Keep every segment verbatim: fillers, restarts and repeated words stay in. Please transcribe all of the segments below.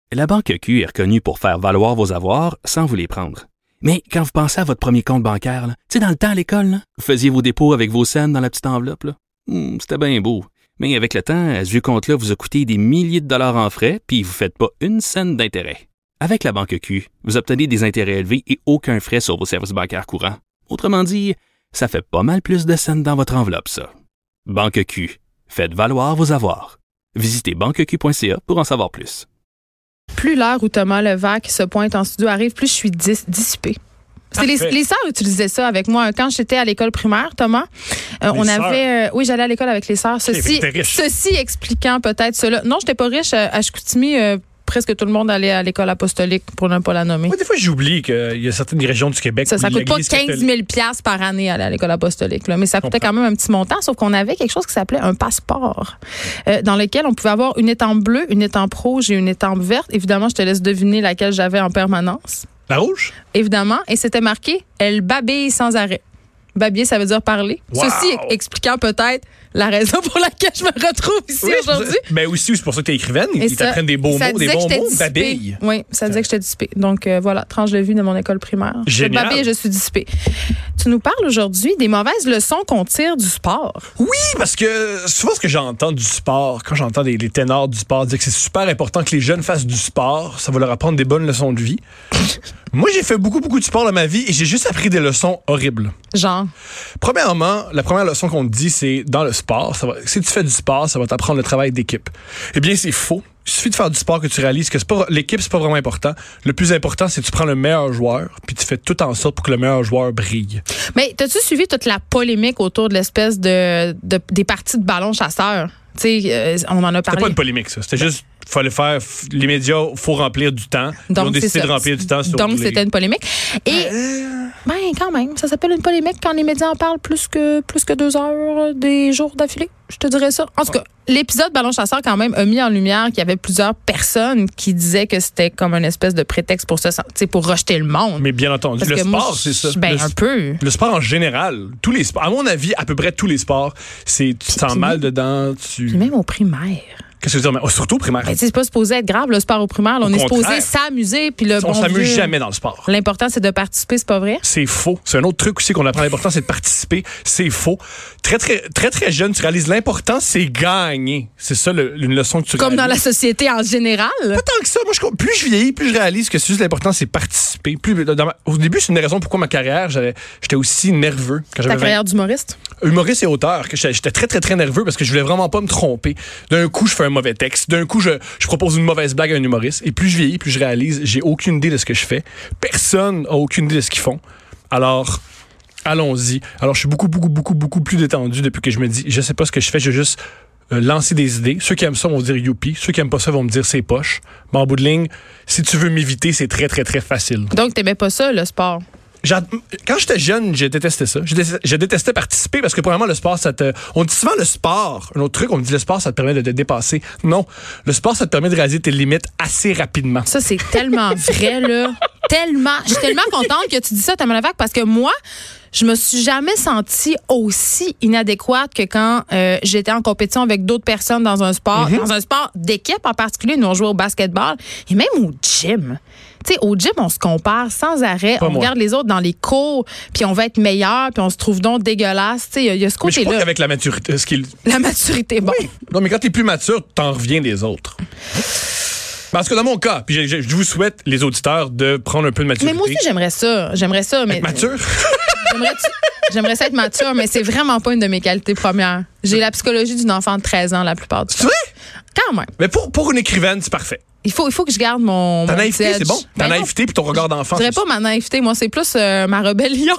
La Banque Q est reconnue pour faire valoir vos avoirs sans vous les prendre. Mais quand vous pensez à votre premier compte bancaire, tu sais, dans le temps à l'école, là, vous faisiez vos dépôts avec vos scènes dans la petite enveloppe. Là. Hum, c'était bien beau. Mais avec le temps, ce vieux compte-là vous a coûté des milliers de dollars en frais, puis vous ne faites pas une scène d'intérêt. Avec la Banque Q, vous obtenez des intérêts élevés et aucun frais sur vos services bancaires courants. Autrement dit, ça fait pas mal plus de scènes dans votre enveloppe, ça. Banque Q. Faites valoir vos avoirs. Visitez banque q point c a pour en savoir plus. Plus l'heure où Thomas Levac se pointe en studio arrive, plus je suis dis- dissipée. C'est les, les sœurs utilisaient ça avec moi. Quand j'étais à l'école primaire, Thomas, euh, on sœurs. avait... Euh, oui, j'allais à l'école avec les sœurs. Ceci, ceci expliquant peut-être cela. Non, j'étais pas riche. À Chicoutimi, euh, presque tout le monde allait à l'école apostolique, pour ne pas la nommer. Moi, des fois, j'oublie qu'il y a certaines régions du Québec Ça, où ça coûte pas l'Église quinze mille dollars par année aller à l'école apostolique. Là, mais ça coûtait quand même un petit montant, sauf qu'on avait quelque chose qui s'appelait un passeport, euh, dans lequel on pouvait avoir une étampe bleue, une étampe rouge et une étampe verte. Évidemment, je te laisse deviner laquelle j'avais en permanence. La rouge? Évidemment. Et c'était marqué « Elle babille sans arrêt ». Babiller, ça veut dire parler. Wow. Ceci expliquant peut-être la raison pour laquelle je me retrouve ici oui, aujourd'hui. Mais aussi, c'est pour ça que tu es écrivaine. Ils t'apprennent des beaux mots, des bons mots, babille. Oui, ça disait que j'étais dissipée. Donc, euh, voilà, tranche de vue de mon école primaire. Génial. Je babille et je suis dissipée. Tu nous parles aujourd'hui des mauvaises leçons qu'on tire du sport. Oui, parce que souvent, ce que j'entends du sport, quand j'entends des, les ténors du sport dire que c'est super important que les jeunes fassent du sport, ça va leur apprendre des bonnes leçons de vie. Moi, j'ai fait beaucoup, beaucoup de sport dans ma vie et j'ai juste appris des leçons horribles. Genre? Premièrement, la première leçon qu'on te dit, c'est dans le sport. Ça va, si tu fais du sport, ça va t'apprendre le travail d'équipe. Eh bien, c'est faux. Il suffit de faire du sport que tu réalises que c'est pas, l'équipe, c'est pas vraiment important. Le plus important, c'est que tu prends le meilleur joueur puis tu fais tout en sorte pour que le meilleur joueur brille. Mais t'as-tu suivi toute la polémique autour de l'espèce de, de des parties de ballon chasseur? Tu sais, euh, on en a parlé. C'était pas une polémique, ça. C'était juste... fallait faire les médias, faut remplir du temps. Donc, ils ont décidé de remplir du temps sur Donc, les... c'était une polémique. Et, euh... ben, quand même, ça s'appelle une polémique quand les médias en parlent plus que, plus que deux heures des jours d'affilée. Je te dirais ça. En tout cas, l'épisode Ballon chasseur, quand même, a mis en lumière qu'il y avait plusieurs personnes qui disaient que c'était comme une espèce de prétexte pour ça, pour rejeter le monde. Mais bien entendu, Parce le sport, moi, c'est ça. Ben, le, un peu. Le sport en général, tous les sports, à mon avis, à peu près tous les sports, c'est tu te sens mal dedans, tu... Puis même au primaire. Qu'est-ce que tu veux dire? Mais, oh, surtout au primaire. Ben, c'est pas supposé être grave, le sport au primaire. Là, on au est supposé contraire. s'amuser. Puis le On bon s'amuse Dieu, jamais dans le sport. L'important, c'est de participer, c'est pas vrai? C'est faux. C'est un autre truc aussi qu'on apprend. L'important, c'est de participer. C'est faux. Très, très, très, très jeune, tu réalises l'important, c'est gagner. C'est ça, le, une leçon que tu Comme réalises. dans la société en général? Pas tant que ça. Moi, je, plus je vieillis, plus je réalise que c'est juste l'important, c'est participer. Plus, dans ma, au début, c'est une des raisons pourquoi ma carrière, j'avais, j'étais aussi nerveux. Quand Ta carrière d'humoriste? Humoriste et auteur. Que j'étais très, très, très nerveux parce que je voulais vraiment pas me tromper. D'un coup, je fais un mauvais texte. D'un coup, je, je propose une mauvaise blague à un humoriste. Et plus je vieillis, plus je réalise, j'ai aucune idée de ce que je fais. Personne n'a aucune idée de ce qu'ils font. Alors, allons-y. Alors, je suis beaucoup, beaucoup, beaucoup, beaucoup plus détendu depuis que je me dis, je sais pas ce que je fais, je vais juste euh, lancer des idées. Ceux qui aiment ça vont me dire youpi. Ceux qui aiment pas ça vont me dire c'est poche. Mais en bout de ligne, si tu veux m'éviter, c'est très, très, très facile. Donc, t'aimais pas ça, le sport? Quand j'étais jeune, j'ai détesté ça. Je détestais, je détestais participer parce que, premièrement, le sport, ça te... On dit souvent le sport. Un autre truc, on me dit le sport, ça te permet de te dépasser. Non. Le sport, ça te permet de réaliser tes limites assez rapidement. Ça, c'est tellement vrai, là. Tellement. Je suis tellement contente que tu dis ça, Thomas Levac, parce que moi, je me suis jamais sentie aussi inadéquate que quand euh, j'étais en compétition avec d'autres personnes dans un sport, mm-hmm. dans un sport d'équipe en particulier. Nous, on jouait au basketball et même au gym. Tu sais, au gym, on se compare sans arrêt. Pas on moi. Regarde les autres dans les cours, puis on va être meilleur, puis on se trouve donc dégueulasse. Tu sais, il y, y a ce côté-là. Mais je crois qu'avec la maturité... Ce qui... La maturité, bon. Oui. Non, mais quand t'es plus mature, t'en reviens des autres. Parce que dans mon cas, puis je, je, je vous souhaite, les auditeurs, de prendre un peu de maturité. Mais moi aussi, j'aimerais ça. J'aimerais ça, mais... Être mature? J'aimerais, j'aimerais ça être mature, mais c'est vraiment pas une de mes qualités premières. J'ai la psychologie d'une enfant de treize ans la plupart du temps. C'est vrai? Quand même. Mais pour, pour une écrivaine, c'est parfait. Il faut, il faut que je garde mon. Ta mon naïveté, c'est bon. Ta ben naïveté puis ton regard d'enfant. Je dirais pas ma naïveté, moi, c'est plus euh, ma rébellion.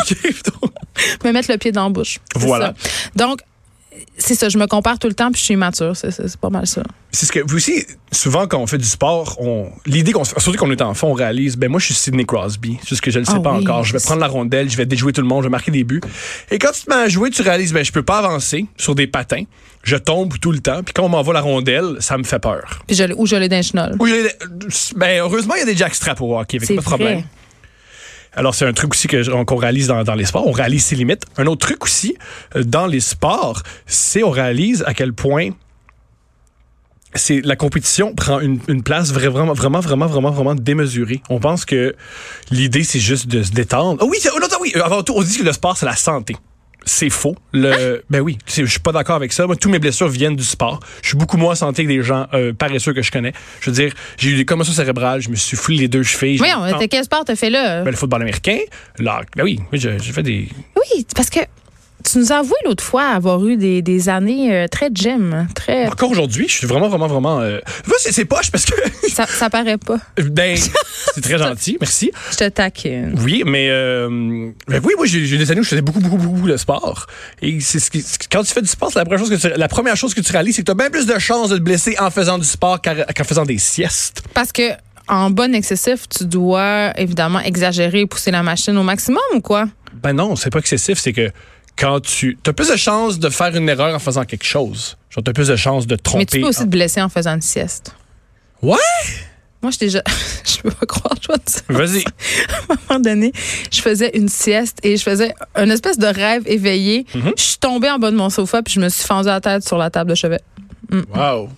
Me mettre le pied dans la bouche. Voilà. Ça. Donc, c'est ça, je me compare tout le temps puis je suis immature. C'est, c'est, c'est pas mal ça. C'est ce que vous aussi, souvent, quand on fait du sport, on, l'idée qu'on se fait, surtout qu'on est enfant, on réalise, ben moi, je suis Sidney Crosby. C'est juste que je le sais oh pas oui, encore. Je vais prendre la rondelle, je vais déjouer tout le monde, je vais marquer des buts. Et quand tu te mets à jouer, tu réalises, ben je peux pas avancer sur des patins. Je tombe tout le temps. Puis quand on m'envoie la rondelle, ça me fait peur. Puis je, ou je l'ai d'un chenol. Ou ben heureusement, il y a des jackstraps au hockey, avec pas de problème. Alors, c'est un truc aussi que, qu'on réalise dans, dans les sports. On réalise ses limites. Un autre truc aussi, euh, dans les sports, c'est on réalise à quel point c'est la compétition prend une, une place vraiment, vraiment, vraiment, vraiment, vraiment démesurée. On pense que l'idée, c'est juste de se détendre. Oh oui, oh non, oui, avant tout, on dit que le sport, c'est la santé. C'est faux. Le, ben oui, je suis pas d'accord avec ça. Moi, tous mes blessures viennent du sport. Je suis beaucoup moins en santé que des gens euh, paresseux que je connais. Je veux dire, j'ai eu des commotions cérébrales, je me suis foulé les deux chevilles. Oui, on, quel sport t'as fait là? Ben, le football américain. Là, ben oui, oui j'ai, j'ai fait des... Oui, parce que tu nous as avoué l'autre fois avoir eu des, des années euh, très gym, très... Encore aujourd'hui, je suis vraiment, vraiment, vraiment... Euh... C'est, c'est poche parce que... ça, ça paraît pas. Ben, c'est très gentil, merci. Je te taquine. Oui, mais... Euh... Ben oui, moi, j'ai, j'ai des années où je faisais beaucoup, beaucoup, beaucoup de sport. Et c'est ce qui, quand tu fais du sport, c'est la première chose que tu, la première chose que tu réalises, c'est que tu as bien plus de chances de te blesser en faisant du sport qu'en faisant des siestes. Parce que en bon excessif, tu dois évidemment exagérer et pousser la machine au maximum ou quoi? Ben non, c'est pas excessif, c'est que quand tu as plus de chances de faire une erreur en faisant quelque chose. Genre, tu as plus de chances de te tromper. Mais tu peux aussi en... te blesser en faisant une sieste. Ouais? Moi, je déjà... je peux pas croire, je vois ça. Vas-y. À un moment donné, je faisais une sieste et je faisais une espèce de rêve éveillé. Mm-hmm. Je suis tombée en bas de mon sofa puis je me suis fendue la tête sur la table de chevet. Mm. Wow.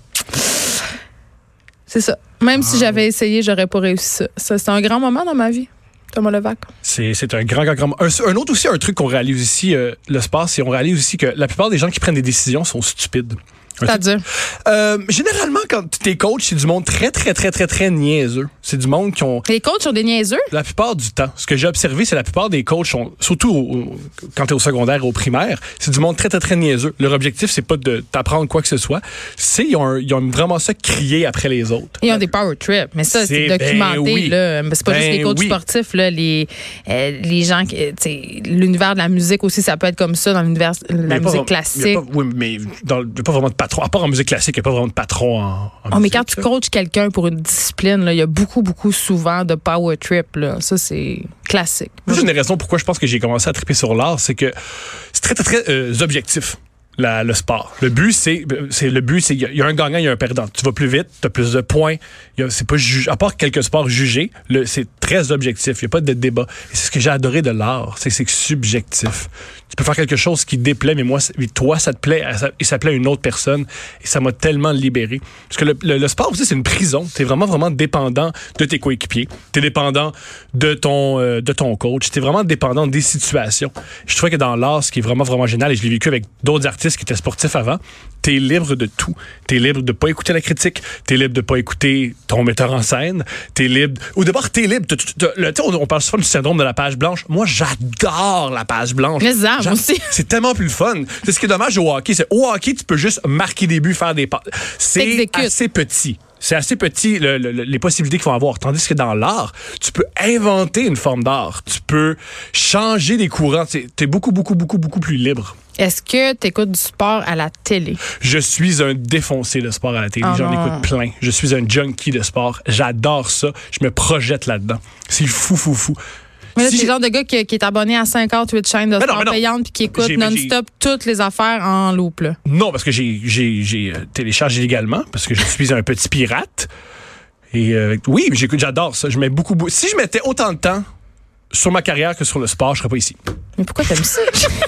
C'est ça. Même wow. si j'avais essayé, j'aurais pas réussi ça. ça. C'est un grand moment dans ma vie. Thomas Levac. C'est, c'est un grand, grand, grand... Un, un autre aussi, un truc qu'on réalise ici, euh, le sport, c'est qu'on réalise aussi que la plupart des gens qui prennent des décisions sont stupides. C'est-à-dire? Euh, généralement, quand t'es coach, c'est du monde très, très, très, très, très niaiseux. C'est du monde qui ont... Les coachs sont des niaiseux? La plupart du temps. Ce que j'ai observé, c'est la plupart des coachs, sont, surtout au, quand t'es au secondaire, au primaire, c'est du monde très, très, très niaiseux. Leur objectif, c'est pas de t'apprendre quoi que ce soit. C'est, ils ont, ils ont vraiment ça crié après les autres. Ils ont des power trips. Mais ça, c'est, c'est documenté, ben oui. là. C'est pas ben juste les coachs oui. sportifs, là. Les, euh, les gens, tu sais, l'univers de la musique aussi, ça peut être comme ça dans l'univers de la mais musique pas, classique. Pas, oui, mais il n'y a pas vraiment de patron. À part en musique classique, il n'y a pas vraiment de patron en, en oh, musique. Mais quand tu coaches quelqu'un pour une discipline, il y a beaucoup, beaucoup souvent de power trip. Là. Ça, c'est classique. Moi, j'ai une raison pourquoi je pense que j'ai commencé à triper sur l'art, c'est que c'est très, très, très euh, objectif. La, le sport. Le but, c'est, c'est le but, c'est il y, y a un gagnant, il y a un perdant. Tu vas plus vite, tu as plus de points. Y a, c'est pas juge, à part quelques sports jugés, le, c'est très objectif. Il n'y a pas de débat. Et c'est ce que j'ai adoré de l'art, c'est que c'est subjectif. Tu peux faire quelque chose qui te déplaît, mais moi, toi, ça te plaît et ça plaît à une autre personne. Et ça m'a tellement libéré. Parce que le, le, le sport aussi, c'est une prison. Tu es vraiment, vraiment dépendant de tes coéquipiers. Tu es dépendant de ton, euh, de ton coach. Tu es vraiment dépendant des situations. Je trouvais que dans l'art, ce qui est vraiment, vraiment génial, et je l'ai vécu avec d'autres artistes qui étaient sportifs avant, t'es libre de tout. T'es libre de pas écouter la critique. T'es libre de pas écouter ton metteur en scène. T'es libre... Au départ, t'es libre. T'as, t'as, le, on, on parle souvent du syndrome de la page blanche. Moi, j'adore la page blanche. Mais ça, moi aussi. C'est tellement plus le fun. C'est ce qui est dommage au hockey. C'est au hockey, tu peux juste marquer des buts, faire des passes. C'est T'exécutes. assez petit. C'est assez petit, le, le, les possibilités qu'ils vont avoir. Tandis que dans l'art, tu peux inventer une forme d'art. Tu peux changer des courants. Tu es beaucoup, beaucoup, beaucoup, beaucoup plus libre. Est-ce que tu écoutes du sport à la télé? Je suis un défoncé de sport à la télé. Oh J'en non. écoute plein. Je suis un junkie de sport. J'adore ça. Je me projette là-dedans. C'est fou, fou, fou. Mais là, si c'est le genre de gars qui, qui est abonné à cinquante-huit chaînes de sport payantes puis qui écoute j'ai, non-stop j'ai... toutes les affaires en loop. Là. Non, parce que j'ai, j'ai, j'ai téléchargé illégalement, parce que je suis un petit pirate. Et euh, oui, mais j'écoute, j'adore ça. Je mets beaucoup, beaucoup. Si je mettais autant de temps sur ma carrière que sur le sport, je serais pas ici. Mais pourquoi t'aimes ça?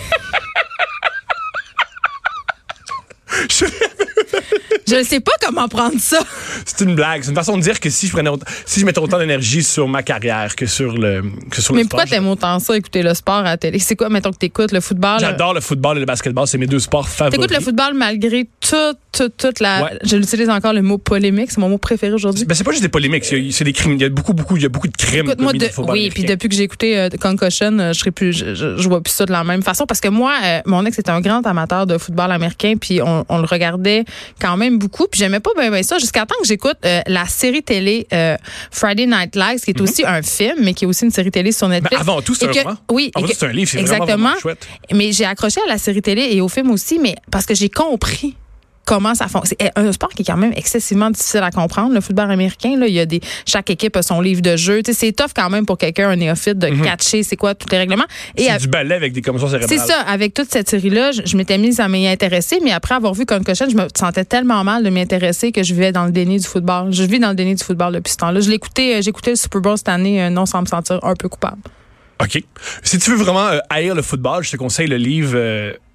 je... Je ne sais pas comment prendre ça. C'est une blague. C'est une façon de dire que si je prenais autant, si je mettais autant d'énergie sur ma carrière que sur le, que sur Mais le sport. Mais pourquoi t'aimes autant ça, écouter le sport à la télé? C'est quoi, mettons que t'écoutes le football? J'adore le football et le basketball. C'est mes deux sports favoris. T'écoutes le football malgré toute, toute, toute la... Ouais. Je l'utilise encore, le mot polémique. C'est mon mot préféré aujourd'hui. Ben, c'est pas juste des polémiques. C'est, c'est des crimes. Il y a beaucoup, beaucoup, il y a beaucoup de crimes. Écoute, moi, de, oui, puis depuis que j'ai écouté euh, Concussion, euh, je serais plus, je, je, je vois plus ça de la même façon. Parce que moi, euh, mon ex était un grand amateur de football américain, puis on, on le regardait quand même beaucoup. Puis j'aimais pas bien ben ça jusqu'à temps que j'écoute euh, la série télé euh, Friday Night Lights, qui est mm-hmm. aussi un film, mais qui est aussi une série télé sur Netflix. Ben avant tout, c'est un roman. Oui. Avant tout, c'est un livre. C'est exactement. Vraiment, vraiment chouette. Mais j'ai accroché à la série télé et au film aussi, mais parce que j'ai compris comment ça fonctionne. C'est un sport qui est quand même excessivement difficile à comprendre, le football américain. Là, il y a des, chaque équipe a son livre de jeu. T'sais, c'est tough quand même pour quelqu'un, un néophyte, de mm-hmm. catcher c'est quoi tous les règlements. Et c'est à, du ballet avec des commotions cérébrales. C'est ça. Avec toute cette série-là, je, je m'étais mise à m'y intéresser, mais après avoir vu Concussion, je me sentais tellement mal de m'y intéresser que je vivais dans le déni du football. Je vis dans le déni du football depuis ce temps-là. Je l'écoutais, j'écoutais le Super Bowl cette année, euh, non sans me sentir un peu coupable. OK. Si tu veux vraiment euh, haïr le football, je te conseille le livre... Euh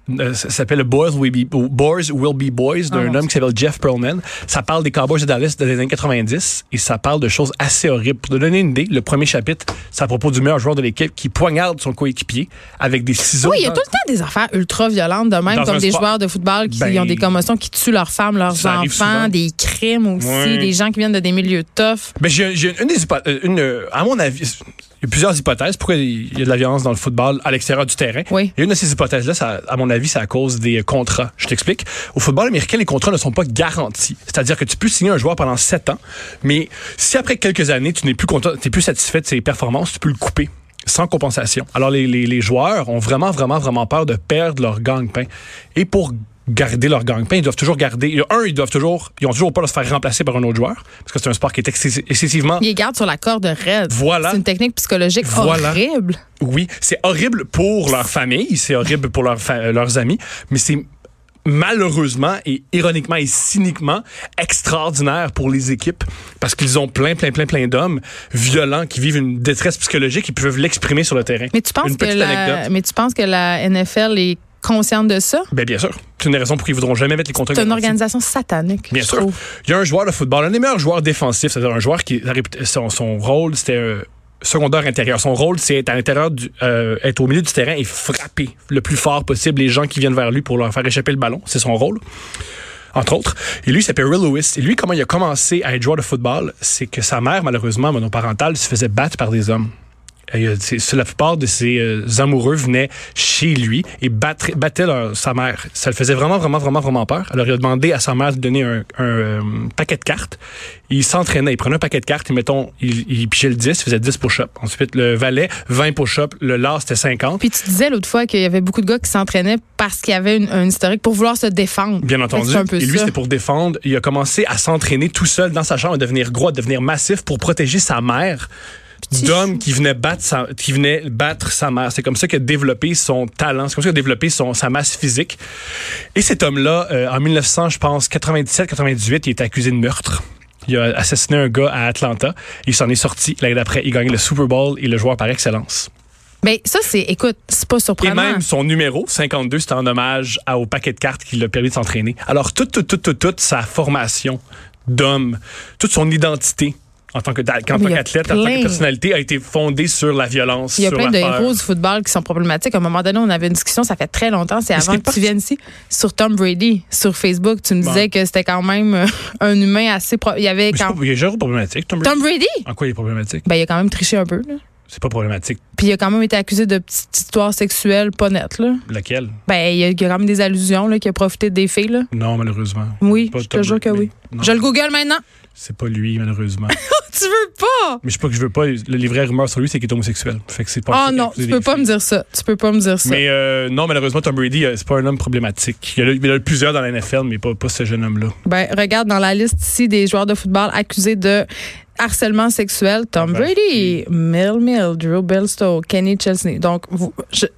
Euh, ça s'appelle Boys Will Be, Boys Will Be Boys d'un oh, homme qui s'appelle Jeff Pearlman. Ça parle des Cowboys de Dallas des années quatre-vingt-dix et ça parle de choses assez horribles. Pour te donner une idée, le premier chapitre, c'est à propos du meilleur joueur de l'équipe qui poignarde son coéquipier avec des ciseaux. Oui, il y a tout le temps des affaires ultra violentes de même, comme des sport. joueurs de football qui ben, ont des commotions, qui tuent leurs femmes, leurs enfants, des crimes aussi, oui. des gens qui viennent de des milieux tough. Ben, j'ai, j'ai une des hypothèses, une, à mon avis, il y a plusieurs hypothèses. Pourquoi il y a de la violence dans le football à l'extérieur du terrain? Oui. Et une de ces hypothèses-là, ça, à mon avis, c'est à cause des contrats. Je t'explique. Au football américain, les contrats ne sont pas garantis. C'est-à-dire que tu peux signer un joueur pendant sept ans, mais si après quelques années, tu n'es plus content, tu n'es plus satisfait de ses performances, tu peux le couper sans compensation. Alors, les, les, les joueurs ont vraiment, vraiment, vraiment peur de perdre leur gagne-pain. Et pour garder leur gagne-pain, ils doivent toujours garder. Un, ils doivent toujours, ils ont toujours pas de se faire remplacer par un autre joueur, parce que c'est un sport qui est excessivement. Ils gardent sur la corde raide. Voilà. C'est une technique psychologique voilà. horrible. Oui, c'est horrible pour leur famille, c'est horrible pour leur fa- leurs amis, mais c'est malheureusement et ironiquement et cyniquement extraordinaire pour les équipes parce qu'ils ont plein, plein, plein, plein d'hommes violents qui vivent une détresse psychologique et peuvent l'exprimer sur le terrain. Mais tu penses, une que la, mais tu penses que la N F L est consciente de ça? Bien, bien sûr. C'est une raison pour qu'ils ne voudront jamais mettre les contrats. C'est une organisation satanique. Bien sûr. Trouve. Il y a un joueur de football, un des meilleurs joueurs défensifs, c'est-à-dire un joueur qui, son, son rôle, c'était un secondaire intérieur. Son rôle, c'est être à l'intérieur, du, euh, être au milieu du terrain et frapper le plus fort possible les gens qui viennent vers lui pour leur faire échapper le ballon. C'est son rôle, entre autres. Et lui, il s'appelle Ray Lewis. Et lui, comment il a commencé à être joueur de football, c'est que sa mère, malheureusement, monoparentale, se faisait battre par des hommes. Et, euh, la plupart de ses euh, amoureux venaient chez lui et battre, battaient leur, sa mère. Ça le faisait vraiment, vraiment, vraiment, vraiment peur. Alors, il a demandé à sa mère de donner un, un, un paquet de cartes. Il s'entraînait. Il prenait un paquet de cartes et, mettons, il, il pigeait le dix, il faisait dix push-ups. Ensuite, le valet, vingt push-ups. Le last, c'était cinquante. Puis tu disais l'autre fois qu'il y avait beaucoup de gars qui s'entraînaient parce qu'il y avait une, un historique pour vouloir se défendre. Bien entendu. C'est un peu et lui, ça. c'était pour défendre. Il a commencé à s'entraîner tout seul dans sa chambre, à devenir gros, à devenir massif pour protéger sa mère d'homme qui venait battre sa, qui venait battre sa mère. C'est comme ça qu'il a développé son talent. C'est comme ça qu'il a développé son, sa masse physique. Et cet homme-là, euh, en mille neuf cents, je pense, quatre-vingt-dix-sept quatre-vingt-dix-huit, il est accusé de meurtre. Il a assassiné un gars à Atlanta. Il s'en est sorti. L'année d'après, il gagne le Super Bowl et le joueur par excellence. Mais ça, c'est, écoute, c'est pas surprenant. Et même son numéro, cinquante-deux, c'était en hommage à, au paquet de cartes qui l'a permis de s'entraîner. Alors, toute, toute, toute, toute, toute sa formation d'homme, toute son identité, en tant que, en tant qu'athlète, plein, en tant que personnalité, a été fondée sur la violence. Il y a sur plein de l'affaire. héros du football qui sont problématiques. À un moment donné, on avait une discussion, ça fait très longtemps, c'est avant que tu viennes ici, sur Tom Brady, sur Facebook. Tu me bon. disais que c'était quand même un humain assez... Pro... Il y avait quand... Il est toujours problématique, Tom Brady. Tom Brady? En quoi il est problématique? Ben, il a quand même triché un peu, là. C'est pas problématique. Puis il a quand même été accusé de petites histoires sexuelles pas nettes, là. Laquelle? Ben, il y a quand même des allusions, là, qu'il a profité des filles, là. Non, malheureusement. Oui, je te jure que oui. Non. Je le google maintenant. C'est pas lui, malheureusement. Tu veux pas? Mais je sais pas que je veux pas. Les vraies rumeurs sur lui, c'est qu'il est homosexuel. Fait que c'est pas. Ah non, tu peux pas filles. me dire ça. Tu peux pas me dire ça. Mais euh, non, malheureusement, Tom Brady, c'est pas un homme problématique. Il y en a, il y en a plusieurs dans la N F L, mais pas, pas ce jeune homme-là. Ben, regarde dans la liste ici des joueurs de football accusés de harcèlement sexuel. Tom ah ben, Brady, Mill Mill, Drew Bledsoe, Kenny Chesney. Donc, vous, je,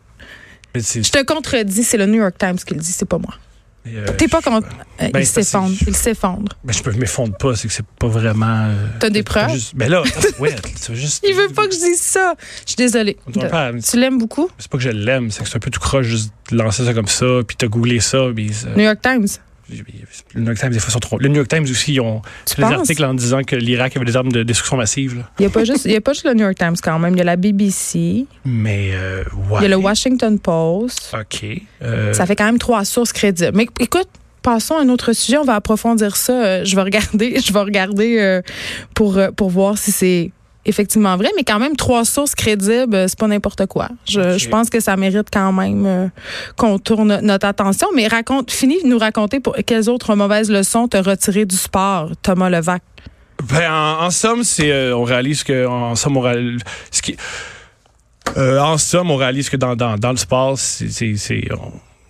je te contredis, c'est le New York Times qui le dit, c'est pas moi. Euh, T'es pas contre. Euh, ben, il s'effondre. Il s'effondre. Ben, je peux m'effondre pas, c'est que c'est pas vraiment. Euh, T'as des preuves? Juste, ben là, attends, ouais, tu veux juste. Il veut pas que je dise ça. Je suis désolée. Pas, tu l'aimes beaucoup? C'est pas que je l'aime, c'est que c'est un peu tout croche juste de lancer ça comme ça, puis t'as googlé ça. Puis ça... New York Times. Le New York Times, des fois, sont trop. Le New York Times aussi, ils ont des articles en disant que l'Irak avait des armes de destruction massive. Il n'y a pas juste, il y a pas juste le New York Times quand même. Il y a la B B C. Mais euh, ouais. Il y a le Washington Post. OK. Euh... Ça fait quand même trois sources crédibles. Mais écoute, passons à un autre sujet. On va approfondir ça. Euh, je vais regarder, je vais regarder euh, pour euh, pour voir si c'est effectivement vrai, mais quand même trois sources crédibles, c'est pas n'importe quoi. Je, okay. je pense que ça mérite quand même euh, qu'on tourne notre attention. Mais raconte, finis de nous raconter pour quelles autres mauvaises leçons t'as retirées du sport, Thomas Levac. Ben en, en somme, c'est euh, on réalise que en, en somme on réalise, ce qui, euh, en somme on réalise que dans dans, dans le sport, c'est c'est, c'est on,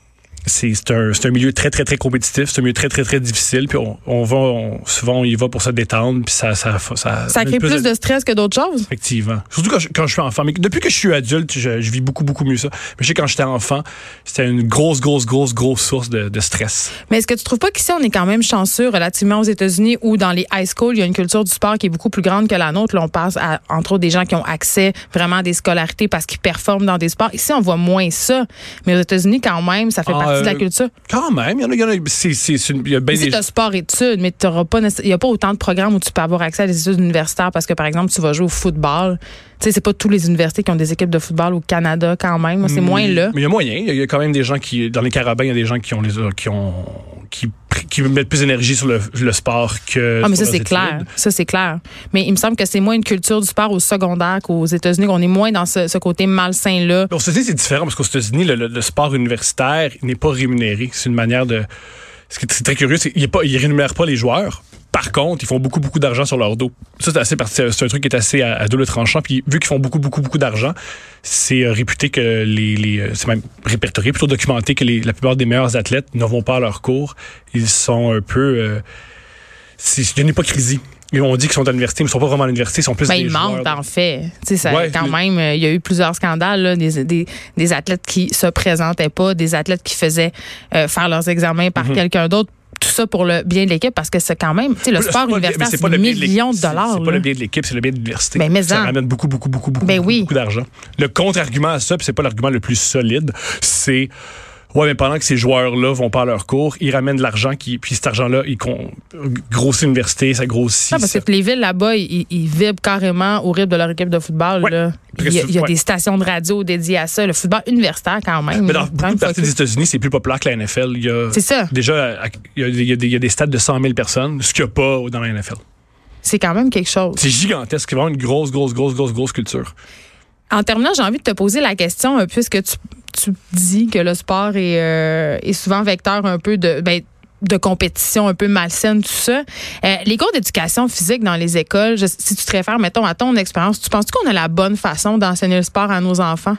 c'est, c'est, un, c'est un milieu très, très, très compétitif. C'est un milieu très, très, très difficile. Puis on, on va, on, souvent, on y va pour se détendre. Puis ça, ça, ça, ça, ça crée plus de... de stress que d'autres choses. Effectivement. Surtout quand je, quand je suis enfant. Mais depuis que je suis adulte, je, je vis beaucoup, beaucoup mieux ça. Mais je sais, quand j'étais enfant, c'était une grosse, grosse, grosse, grosse source de, de stress. Mais est-ce que tu trouves pas qu'ici, on est quand même chanceux relativement aux États-Unis où dans les high schools, il y a une culture du sport qui est beaucoup plus grande que la nôtre? Là, on passe à, entre autres, des gens qui ont accès vraiment à des scolarités parce qu'ils performent dans des sports. Ici, on voit moins ça. Mais aux États-Unis, quand même, ça fait ah, partie euh, de la culture. Quand même. Il y en a, il y en a, c'est, c'est, c'est, il y a bien des... tu as sport-études, mais il n'y a pas autant de programmes où tu peux avoir accès à des études universitaires parce que, par exemple, tu vas jouer au football. Tu sais, c'est pas tous les universités qui ont des équipes de football au Canada quand même. C'est mmh, moins là. Mais il y a moyen. Il y a quand même des gens qui, dans les carabins, il y a des gens qui ont les, qui ont, qui, qui mettent plus d'énergie sur le, le sport que. Ah, mais ça, c'est études. clair. Ça, c'est clair. Mais il me semble que c'est moins une culture du sport au secondaire qu'aux États-Unis, qu'on est moins dans ce, ce côté malsain-là. Aux États-Unis, c'est différent parce qu'aux États-Unis, le, le, le sport universitaire n'est pas rémunéré. C'est une manière de. Ce qui est très curieux, c'est qu'ils ne rémunèrent pas les joueurs. Par contre, ils font beaucoup, beaucoup d'argent sur leur dos. Ça, c'est, assez, c'est un truc qui est assez à, à double tranchant. Puis, vu qu'ils font beaucoup, beaucoup, beaucoup d'argent, c'est euh, réputé que les, les. C'est même répertorié, plutôt documenté que les, la plupart des meilleurs athlètes ne vont pas à leur cours. Ils sont un peu. Euh, c'est, c'est une hypocrisie. Et on dit qu'ils sont à l'université, mais ils ne sont pas vraiment à l'université, ils sont plus ben, des ils joueurs. mentent, en fait. Tu sais, ça, ouais, quand le... même, il y a eu plusieurs scandales, là, des, des, des athlètes qui se présentaient pas, des athlètes qui faisaient euh, faire leurs examens par mm-hmm. quelqu'un d'autre. Tout ça pour le bien de l'équipe, parce que c'est quand même, tu sais, le sport universitaire, c'est, c'est millions de dollars. C'est, c'est pas le bien de l'équipe, c'est le bien de l'université. Ben, mais ça en... ramène beaucoup, beaucoup, beaucoup, beaucoup, ben beaucoup, oui. beaucoup d'argent. Le contre-argument à ça, puis c'est pas l'argument le plus solide, c'est ouais, mais pendant que ces joueurs-là vont pas à leur cours, ils ramènent de l'argent, qui, puis cet argent-là, ils con, grossit l'université, ça grossit. Non, parce ça. que les villes là-bas, ils, ils vibrent carrément au rythme de leur équipe de football. Ouais. Là. Il y a, il y a ouais. des stations de radio dédiées à ça. Le football universitaire, quand même. Mais dans beaucoup de parties des États-Unis, c'est plus populaire que la N F L. Il y a, c'est ça. Déjà, il y a, il y a, des, il y a des stades de cent mille personnes, ce qu'il n'y a pas dans la N F L. C'est quand même quelque chose. C'est gigantesque. C'est vraiment une grosse, grosse, grosse, grosse, grosse culture. En terminant, j'ai envie de te poser la question, puisque tu, tu dis que le sport est, euh, est souvent vecteur un peu de... Ben, de compétition un peu malsaine, tout ça. Euh, les cours d'éducation physique dans les écoles, je, si tu te réfères, mettons, à ton expérience, tu penses-tu qu'on a la bonne façon d'enseigner le sport à nos enfants?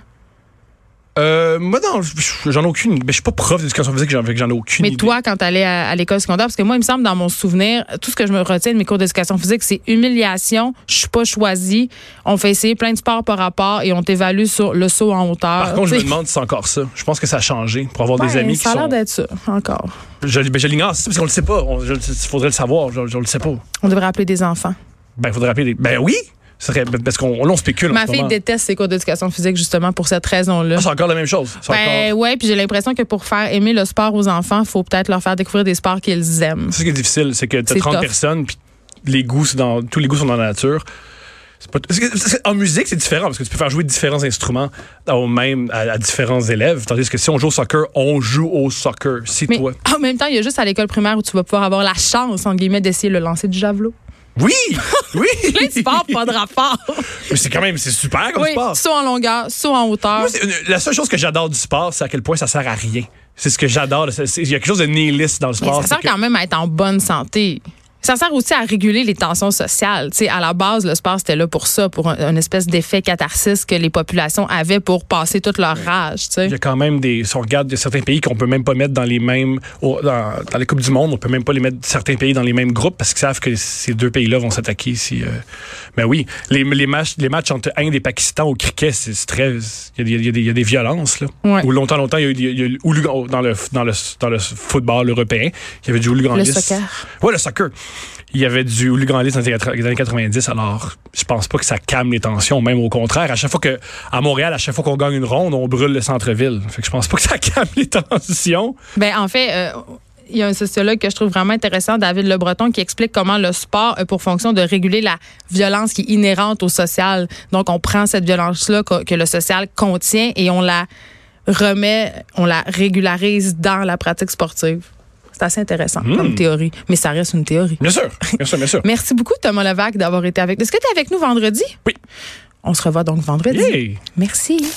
Euh, moi, non, j'en ai aucune. Mais je suis pas prof d'éducation physique, j'en, j'en ai aucune Mais idée. toi, quand tu allais à, à l'école secondaire, parce que moi, il me semble, dans mon souvenir, tout ce que je me retiens de mes cours d'éducation physique, c'est humiliation, je suis pas choisie, on fait essayer plein de sports par rapport et on t'évalue sur le saut en hauteur. Par contre, t'sais. Je me demande si c'est encore ça. Je pense que ça a changé pour avoir ben, des amis qui sont... Ça a l'air d'être ça, encore. Je, ben, je l'ignore, c'est ça, parce qu'on le sait pas. Il faudrait le savoir, je, je le sais pas. On devrait appeler des enfants. Ben, il faudrait appeler des... Ben oui! Serait, parce qu'on on spécule. Ma fille déteste ses cours d'éducation physique justement pour cette raison-là. Ah, c'est encore la même chose. C'est ben, encore... ouais, puis j'ai l'impression que pour faire aimer le sport aux enfants, il faut peut-être leur faire découvrir des sports qu'ils aiment. C'est ce qui est difficile, c'est que tu as c'est trente tough. Personnes, puis les goûts, c'est dans, tous les goûts sont dans la nature. C'est pas, c'est, c'est, en musique, c'est différent parce que tu peux faire jouer différents instruments au même, à, à différents élèves. Tandis que si on joue au soccer, on joue au soccer. C'est Mais toi. En même temps, il y a juste à l'école primaire où tu vas pouvoir avoir la chance, entre guillemets, d'essayer le lancer du javelot. Oui! Oui! Plein de sports, pas de rapport. Mais c'est quand même, c'est super comme oui, sport. Saut en longueur, saut en hauteur. Moi, une, la seule chose que j'adore du sport, c'est à quel point ça sert à rien. C'est ce que j'adore. Il y a quelque chose de nihiliste dans le sport. Mais ça sert que... quand même à être en bonne santé. Ça sert aussi à réguler les tensions sociales. Tu sais, à la base, le sport, c'était là pour ça, pour un, une espèce d'effet catharsis que les populations avaient pour passer toute leur rage. Tu sais. Il y a quand même des... Si on regarde, il y a certains pays qu'on peut même pas mettre dans les mêmes... Au, dans, dans les Coupes du Monde, on peut même pas les mettre certains pays dans les mêmes groupes parce qu'ils savent que ces deux pays-là vont s'attaquer. Si, euh... Ben oui, les, les, matchs, les matchs entre Inde et Pakistan au cricket, c'est, c'est très... Il y, y, y a des violences, là. Ouais. Ou longtemps, longtemps, il y a eu, il y a eu dans, le, dans, le, dans le football européen, il y avait du hooliganisme. Le soccer. Oui, le soccer. Il y avait du hooliganisme dans les années quatre-vingt-dix, alors je pense pas que ça calme les tensions, même au contraire. À chaque fois que, à Montréal, à chaque fois qu'on gagne une ronde, on brûle le centre-ville. Fait que je pense pas que ça calme les tensions. Ben, en fait, euh, il y a un sociologue que je trouve vraiment intéressant, David Le Breton, qui explique comment le sport a pour fonction de réguler la violence qui est inhérente au social. Donc, on prend cette violence-là que, que le social contient et on la remet, on la régularise dans la pratique sportive. C'est assez intéressant mmh. comme théorie, mais ça reste une théorie. Bien sûr, bien sûr, bien sûr. Merci beaucoup, Thomas Levac, d'avoir été avec nous. Est-ce que tu es avec nous vendredi? Oui. On se revoit donc vendredi. Yeah. Merci.